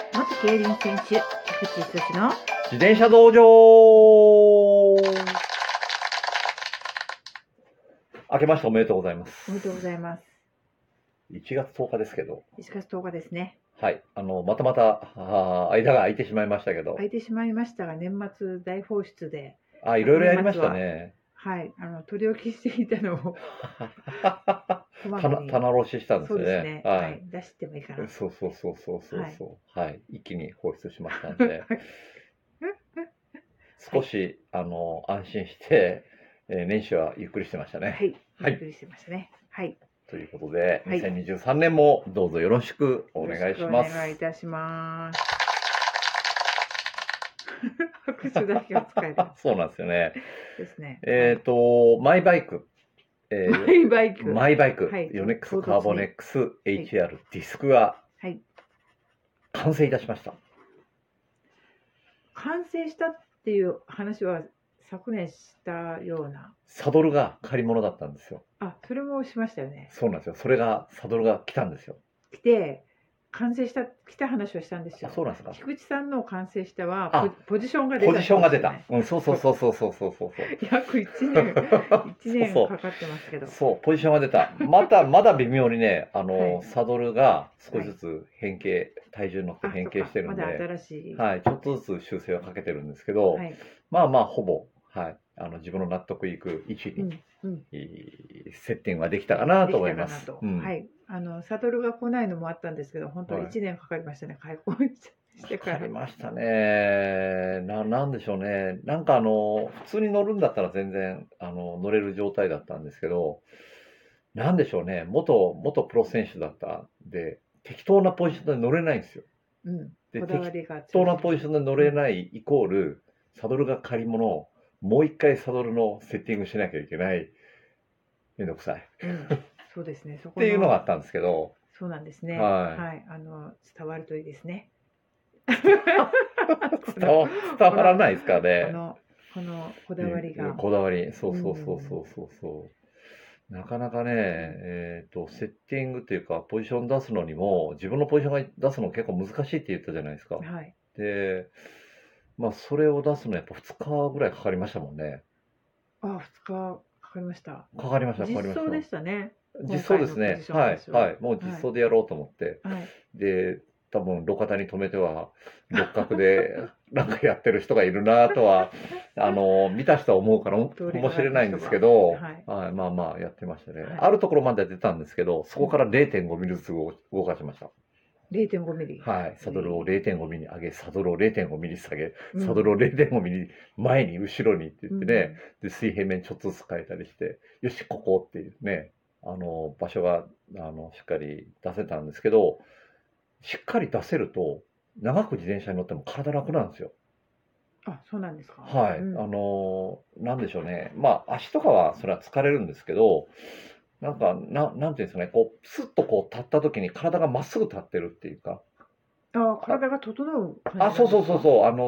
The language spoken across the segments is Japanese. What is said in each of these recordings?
元競輪選手、菊池仁の自転車道場。明けましておめでとうございます。 おめでとうございます。 1月10日ですけど。 1月10日ですね。 はい。また間が空いてしまいましたけど。 空いてしまいましたが、年末大放出で。 いろいろやりましたね。 はい。取り置きしていたのを棚卸ししたんですよね。 そうですね。はい。出してもいいかな。 そう。はい。一気に放出しましたんで。少し、安心して、年始はゆっくりしてましたね。 はい。ゆっくりしてましたね。はい。 ということで、2023年もどうぞよろしくお願いします。 お願いいたします。拍手だけが使える。 そうなんですよね。 ですね。 マイバイク。マイバイク。ヨネックスカーボネックス HR ディスクが完成いたしました。 完成したっていう話は昨年したような。 サドルが借り物だったんですよ。 それもしましたよね。 そうなんですよ。サドルが来たんですよ。 来て、完成した来た話をしたんですよ。 そうなんですか。 菊池さんの完成したはポジションが出た。 ポジションが出た。そう。 約1年かかってますけど。 そう、ポジションが出た。まだ微妙にね、サドルが少しずつ変形、体重に乗って変形してるんで、 まだ新しい。 はい、ちょっとずつ修正をかけてるんですけど、ほぼ、はい、自分の納得いく位置に、セッティングができたかなと思います。 はい。サドルが来ないのもあったんですけど、本当に1年かかりましたね、開墾してから。 かかりましたね。なんでしょうね。なんか普通に乗るんだったら全然乗れる状態だったんですけど、なんでしょうね。元プロ選手だったんで、適当なポジションで乗れないんですよ。で、適当なポジションで乗れないイコール、サドルが借り物、もう一回サドルのセッティングしなきゃいけない。めんどくさい。 そうですね。 っていうのがあったんですけど。 そうなんですね。 はい。 伝わるといいですね。 伝わらないですかね。 このこだわりが。 こだわり。そう。なかなかね、セッティングっていうか、ポジション出すのにも、自分のポジションが出すの結構難しいって言ったじゃないですか。 はい。 で、それを出すのやっぱ2日ぐらいかかりましたもんね。 2日かかりました。 かかりました。 実装でしたね。 実装ですね。はい。もう実装でやろうと思って。で、多分路肩に止めては六角でなんかやってる人がいるなとは見た人は思うかもしれないんですけど、やってましたね。あるところまで出たんですけど、そこから 0.5 ミリずつ動かしました。 0.5 ミリ。 はい。サドルを 0.5 ミリ上げ、サドルを 0.5 ミリ下げ、サドルを 0.5 ミリ前に後ろにって言ってね、で水平面ちょっとずつ変えたりして、よしここっていうね、場所がしっかり出せたんですけど、しっかり出せると、長く自転車に乗っても体楽なんですよ。 そうなんですか。 はい。なんでしょうね。足とかはそれは疲れるんですけど、なんていうんですかね、スッと立った時に体がまっすぐ立ってるっていうか。 体が整う感じそう。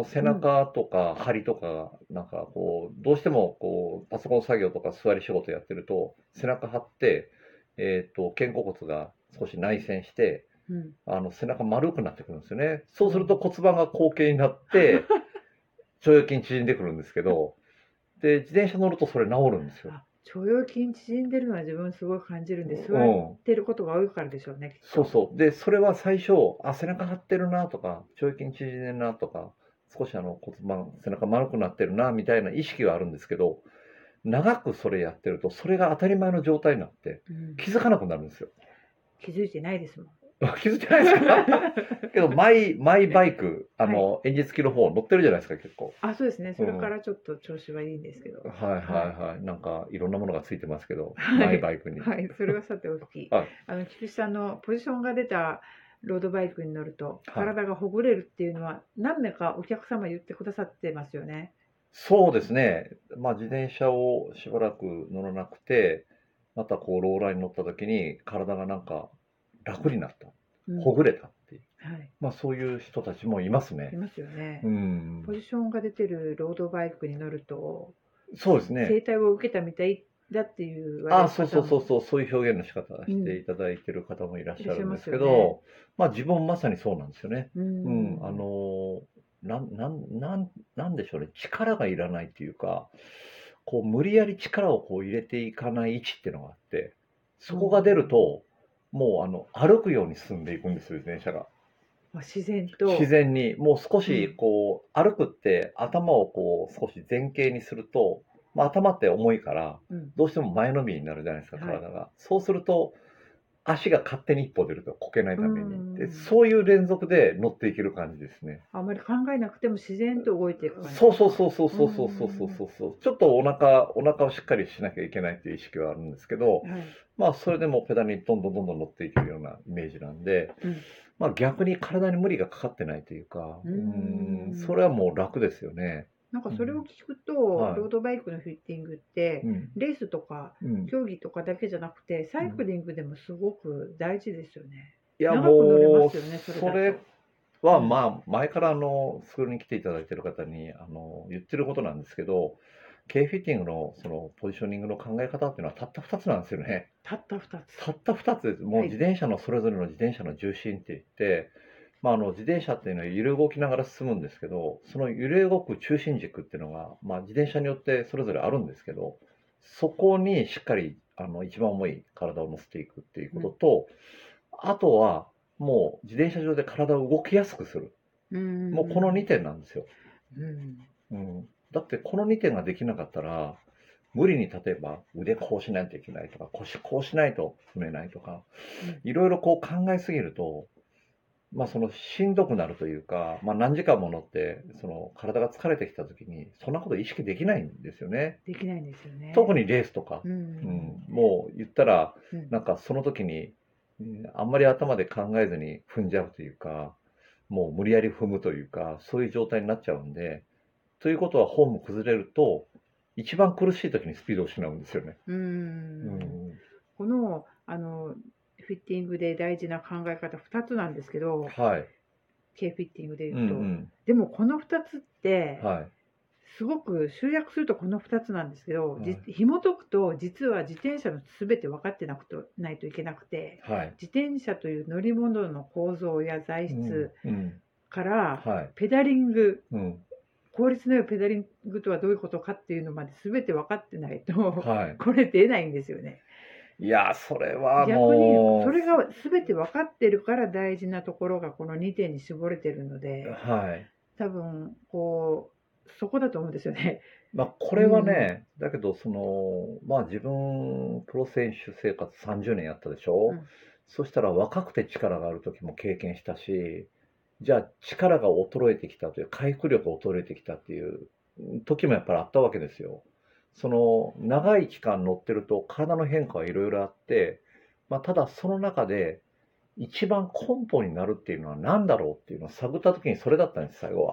背中とか、張りとか、どうしても、パソコン作業とか座り仕事やってると、背中張って、肩甲骨が少し内旋して、背中丸くなってくるんですよね。そうすると骨盤が後傾になって、腸腰筋縮んでくるんですけど、で、自転車乗るとそれ治るんですよ。 腸腰筋縮んでるのは自分すごい感じるんで、座ってることが多いからでしょうね。 そう。で、それは最初、背中張ってるなとか、腸腰筋縮んでるなとか、少し骨盤、背中丸くなってるなみたいな意識があるんですけど、長くそれやってると、それが当たり前の状態になって、気づかなくなるんですよ。 気づいてないですもん。 気づいてないですかけど、マイバイク、エンジン付きの方乗ってるじゃないですか、結構。 そうですね。それからちょっと調子はいいんですけど。 なんか、いろんなものがついてますけど、マイバイクに。 それはさておき。菊池さんのポジションが出たロードバイクに乗ると、体がほぐれるっていうのは、何名かお客様言ってくださってますよね。 そうですね。自転車をしばらく乗らなくて、またローラーに乗った時に、体がなんか、楽になった、ほぐれたっていう、そういう人たちもいますね。 いますよね。ポジションが出てるロードバイクに乗ると、 そうですね。 整体を受けたみたいっだっていう言われる方もそういう表現の仕方していただいてる方もいらっしゃるんですけど、 いらっしゃいますよね。 まあ自分まさにそうなんですよね。 ううん、 ん。 なんでしょうね、力がいらないっていうか、こう無理やり力をこう入れていかない位置っていうのがあって、そこが出ると、もう歩くように進んでいくんですよ、自転車が。 自然自と。 然に、もう少しうんこう、歩くって頭をこう少し前傾にすると、まあ、頭って重いから、 うんどうしても前のめりになるじゃないですか、 はい体が。そうすると、足が勝手に一歩出るとこけないためうに。 んで、そういう連続で乗っていける感じですね。 あまり考えなくても自然と動いていく感じそうですか。 そうそうそうそうそうそうそうそう。ちょっとお腹をしっかりしなきゃいけないっていう意識はあるんですけど、 はい。 まあそれでもペダルにどんどんどんどん乗っていけるようなイメージなんで、 うんまあ逆に体に無理がかかってないというか、それはもう楽ですよね。 なんかそれを聞くと、 はいロードバイクのフィッティングって、 うんレースとかうん競技とかだけじゃなくて、サイクリングでもすごく大事ですよね。 いや長く乗れまもうすよね、それだと。 それはまあ前からスクールに来ていただいている方に言ってることなんですけど、K フィッティングのそのポジショニングの考え方っていうのはたった2つなんですよね。 たった2つ。 たった2つです。もうはい自転車のそれぞれの自転車の重心って言って、まあ、自転車っていうのは揺れ動きながら進むんですけど、その揺れ動く中心軸っていうのが、まあ、自転車によってそれぞれあるんですけど、そこにしっかり一番重い体を乗せていくっていうことと、あとはもう自転車上で体を動きやすくする。もうこの2点なんですよ。だってこの2点ができなかったら、無理に例えば腕こうしないといけないとか、腰こうしないと踏めないとか、いろいろこう考えすぎると、まあしんどくなるというか、まあ何時間も乗って、体が疲れてきた時に、そんなこと意識できないんですよね。 できないんですよね。 特にレースとか。もう言ったら、なんかその時に、あんまり頭で考えずに踏んじゃうというか、もう無理やり踏むというか、そういう状態になっちゃうんで、ということはフォーム崩れると、一番苦しい時にスピードを失うんですよね。 このフィッティングで大事な考え方2つなんですけど、 はい。 K フィッティングで言うと、でもこの2つって、すごく集約するとこの2つなんですけど、紐解くと実は自転車の全て分かってないといけなくて、自転車という乗り物の構造や材質から、ペダリング、効率の良いペダリングとはどういうことかっていうのまで全て分かってないと、これ出ないんですよね。 いや、それは逆にそれが全て分かってるから大事なところがこの2点に絞れてるので、多分そこだと思うんですよね。 まあこれはね、だけどまあ自分プロ選手生活30年やったでしょ、そしたら若くて力がある時も経験したし、じゃあ力が衰えてきたという、回復力が衰えてきたっていう時もやっぱりあったわけですよ。長い期間乗ってると体の変化はいろいろあって、まあただその中で一番根本になるっていうのは何だろうっていうのを探った時にそれだったんです、最後は。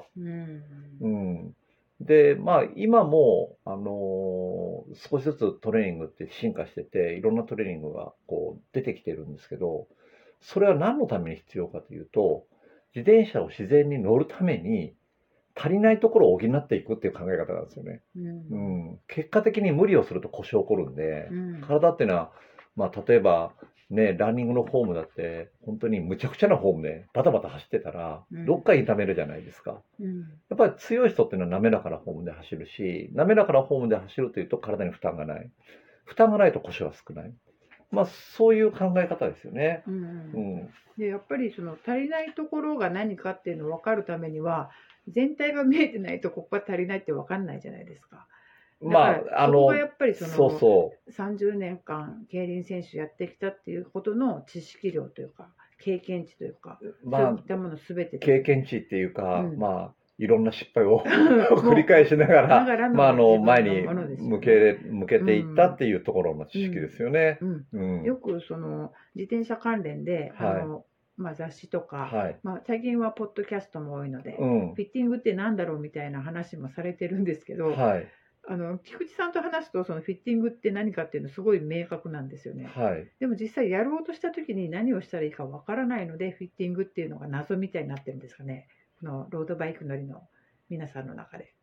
で、まあ今も、少しずつトレーニングって進化してて、いろんなトレーニングがこう出てきてるんですけど、それは何のために必要かというと、自転車を自然に乗るために足りないところを補っていくっていう考え方なんですよね。結果的に無理をすると故障起こるんで、体っていうのは、まあ例えばね、ランニングのフォームだって本当にむちゃくちゃなフォームでバタバタ走ってたら、どっか痛めるじゃないですか。やっぱり強い人っていうのは滑らかなフォームで走るし、滑らかなフォームで走るというと体に負担がない。負担がないと故障は少ない。まあそういう考え方ですよね。 でやっぱり足りないところが何かっていうのを分かるためには、全体が見えてないとここが足りないって分かんないじゃないですか。まあそこがやっぱり30年間競輪選手やってきたっていうことの知識量というか経験値というか、そういったものすべて経験値っていうか、まあいろんな失敗を繰り返しながら、まあ前に向けていったっていうところの知識ですよね。 よく自転車関連でまあ雑誌とか、まあ最近はポッドキャストも多いので、フィッティングってなんだろうみたいな話もされてるんですけど、菊池さんと話すとフィッティングって何かっていうのすごい明確なんですよね。でも実際やろうとした時に何をしたらいいかわからないので、フィッティングっていうのが謎みたいになってるんですかね、このロードバイク乗りの皆さんの中で。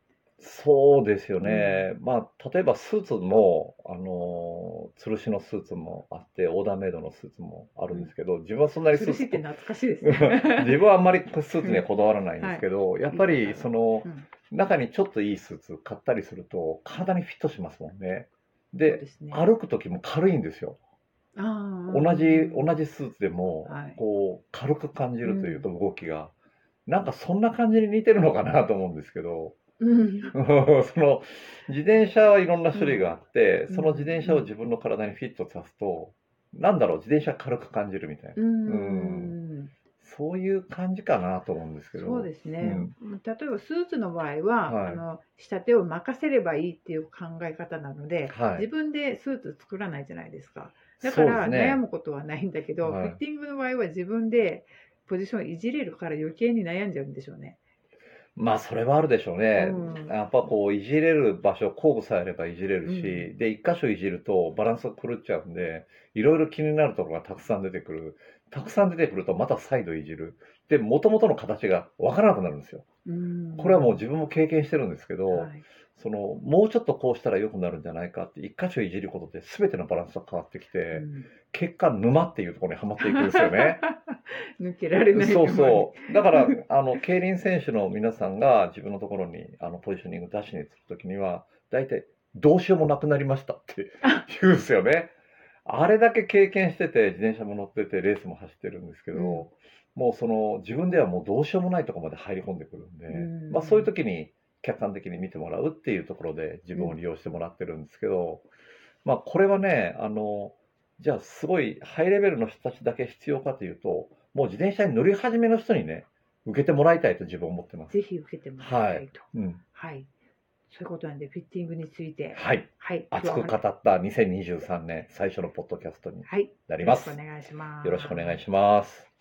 そうですよね。まあ、例えばスーツも、吊るしのスーツもあって、オーダーメイドのスーツもあるんですけど、自分はそんなに吊るしって懐かしいですね。 自分はあんまりスーツにはこだわらないんですけど、やっぱりその、中にちょっといいスーツ買ったりすると、体にフィットしますもんね。で、歩く時も軽いんですよ。同じスーツでも、こう、軽く感じるというか、動きが。なんかそんな感じに似てるのかなと思うんですけど、その自転車はいろんな種類があって、その自転車を自分の体にフィットさすと、なんだろう、自転車軽く感じるみたいな。そういう感じかなと思うんですけど。 そうですね。例えばスーツの場合は、仕立てを任せればいいっていう考え方なので、自分でスーツ作らないじゃないですか。だから悩むことはないんだけど、フィッティングの場合は自分でポジションをいじれるから余計に悩んじゃうんでしょうね。 まあ、それはあるでしょうね。やっぱこう、いじれる場所、工具さえあればいじれるし、で、一箇所いじるとバランスが狂っちゃうんで、いろいろ気になるところがたくさん出てくる。たくさん出てくるとまた再度いじる。で、元々の形がわからなくなるんですよ。これはもう自分も経験してるんですけど、その、もうちょっとこうしたら良くなるんじゃないかって、一箇所いじることで全てのバランスが変わってきて、結果、沼っていうところにはまっていくんですよね。 抜けられない。 そうそう。だから、競輪選手の皆さんが自分のところに、ポジショニング出しに行くときには、大体、どうしようもなくなりましたって言うんですよね。あれだけ経験してて、自転車も乗ってて、レースも走ってるんですけど、もうその、自分ではもうどうしようもないところまで入り込んでくるんで、まあそういう時に客観的に見てもらうっていうところで自分を利用してもらってるんですけど、まあこれはね、じゃあすごいハイレベルの人たちだけ必要かというと、もう自転車に乗り始めの人にね、受けてもらいたいと自分は思ってます。 ぜひ受けてもらいたいと。はい。そういうことなんで、フィッティングについて。 はい。熱く語った2023年最初のポッドキャストになります。 よろしくお願いします。 よろしくお願いします。